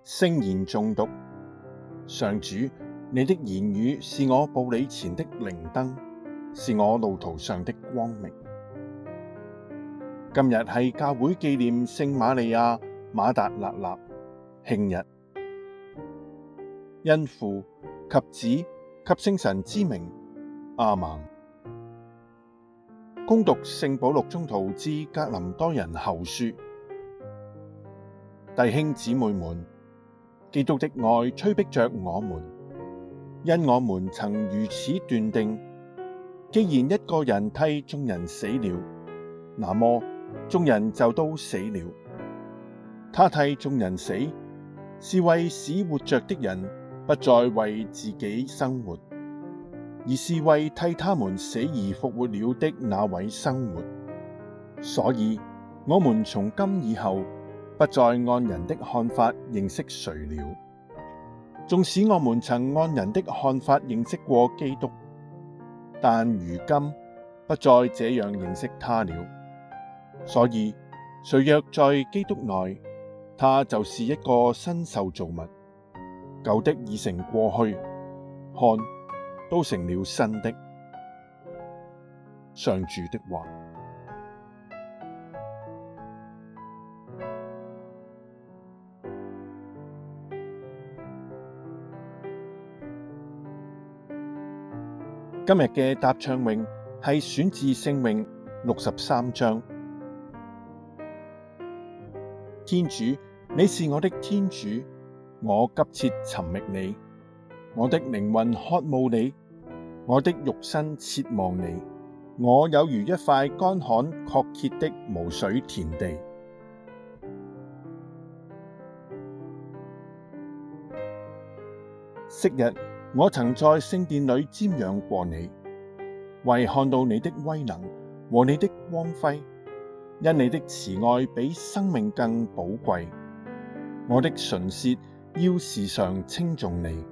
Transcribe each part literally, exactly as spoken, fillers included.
聖言誦讀。上主，你的言語是我步履前的靈燈，是我路途上的光明。今日係教會紀念聖瑪利亞瑪達肋納慶日，因父及子及聖神之名，阿們。恭讀聖保祿宗徒致格林多人後書。弟兄姊妹們，基督的愛催逼着我們，因我們曾如此斷定：既然一個人替眾人死了，那麼眾人就都死了。他替眾人死，是為使活着的人不再為自己生活，而是為替他們死而復活了的那位生活。所以，我們從今以後不再按人的看法認識誰了。縱使我們曾按人的看法認識過基督，但如今不再這樣認識他了。所以，誰若在基督內，他就是一個新受造物，舊的已成過去，看，都成了新的。上主的話。今日嘅答唱詠係選自聖詠六十三章。天主，你是我的天主，我急切尋覓你，我的靈魂渴慕你，我的肉身切望你，我有如一塊乾旱涸竭的無水田地。昔日我曾在聖殿裏瞻仰過你，為看到你的威能和你的光輝，因你的慈愛比生命更寶貴。我的唇舌要時常稱頌你。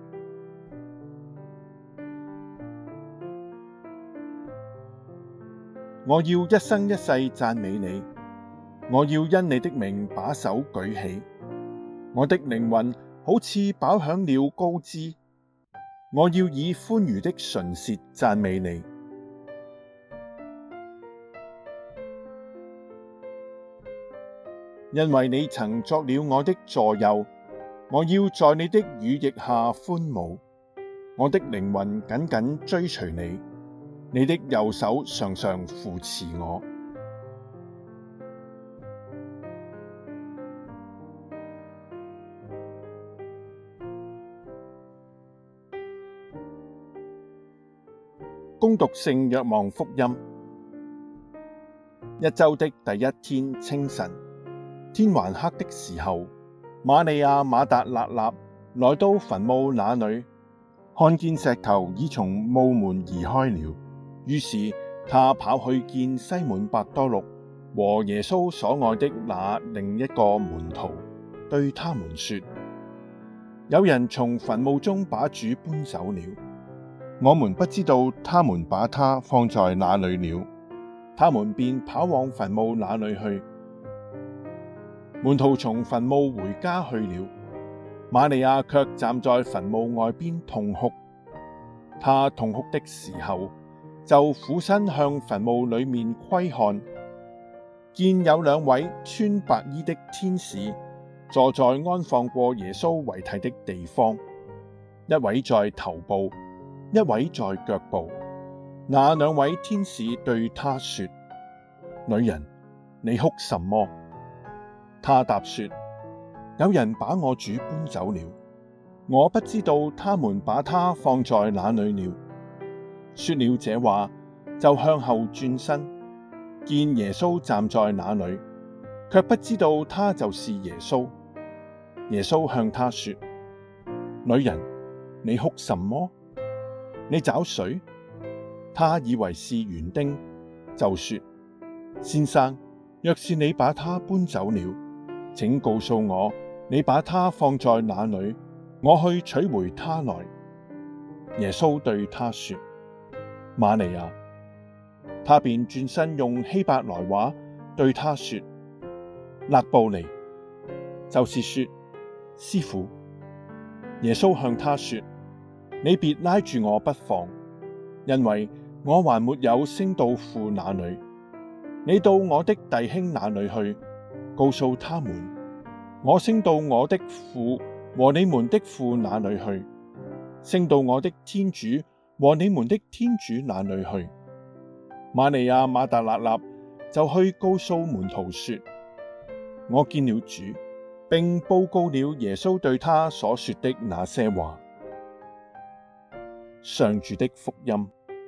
我要一生一世讚美你，我要因你的名把手舉起。我的靈魂好似飽享了膏脂，我要以歡愉的唇舌讚美你。因為你曾作了我的助佑，我要在你的羽翼下歡舞。我的靈魂緊緊追隨你，你的右手常常扶持我。恭讀聖若望福音。一周的第一天清晨，天還黑的時候，瑪利亞瑪達肋納來到墳墓那裏，看見石頭已從墓門移開了。於是她跑去見西滿伯多祿和耶穌所愛的那另一個門徒，對他們說：有人從墳墓中把主搬走了，我們不知道他們把他放在哪裏了。他們便跑往墳墓那裏去。門徒從墳墓回家去了，瑪利亞卻站在墳墓外邊痛哭。她痛哭的時候，就俯身向墳墓裏面窺看，見有兩位穿白衣的天使坐在安放過耶穌遺體的地方，一位在頭部，一位在腳部。那兩位天使對她說：女人，你哭什麼？她答說：有人把我主搬走了，我不知道他們把他放在哪裏了。說了這話，就向後轉身，見耶穌站在那裏，卻不知道他就是耶穌。耶穌向她說：女人，你哭什麼？你找誰？她以為是園丁，就說：先生，若是你把他搬走了，請告訴我你把他放在哪裏，我去取回他來。耶穌對她說：瑪利亞。她便轉身用希伯來話對他說：辣步尼，就是說， 師傅。耶穌向他說：你別拉住我不放，因為我還沒有升到父那裏。你到我的弟兄那裏去，告訴他們，我升到我的父和你們的父那裏去，升到我的天主和你們的天主那裏去。瑪利亞瑪達肋納就去告訴門徒說：我見了主，並報告了耶穌對他所說的那些話。上主的福音。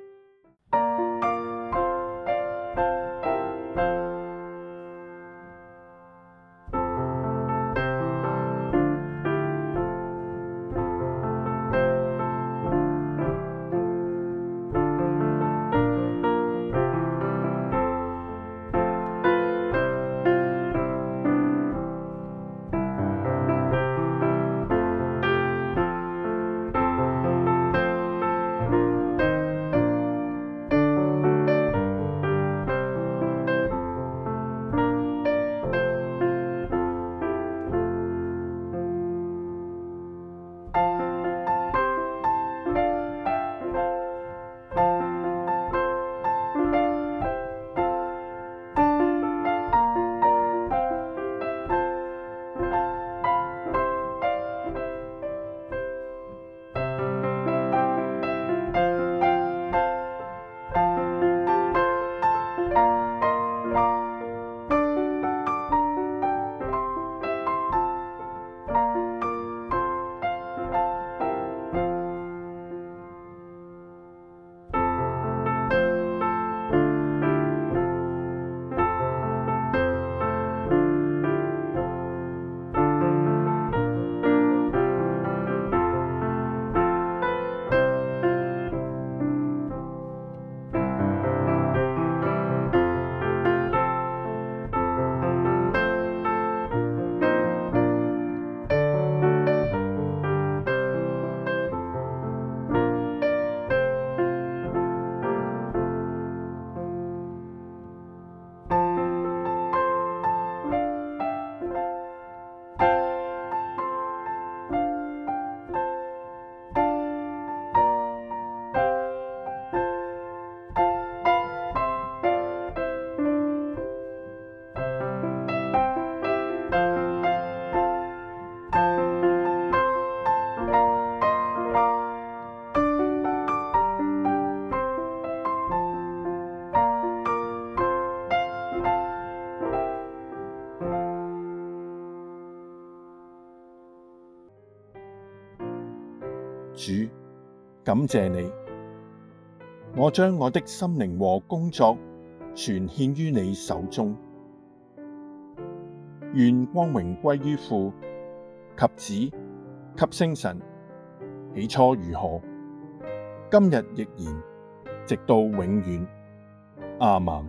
主，感謝你，我將我的心靈和工作全獻於你手中。願光榮歸於父及子及聖神，起初如何，今日亦然，直到永遠。阿們。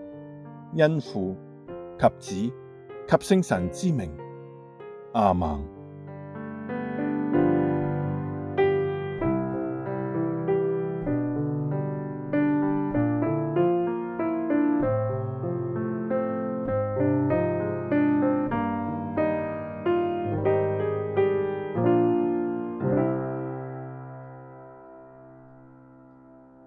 因父及子及聖神之名。阿們。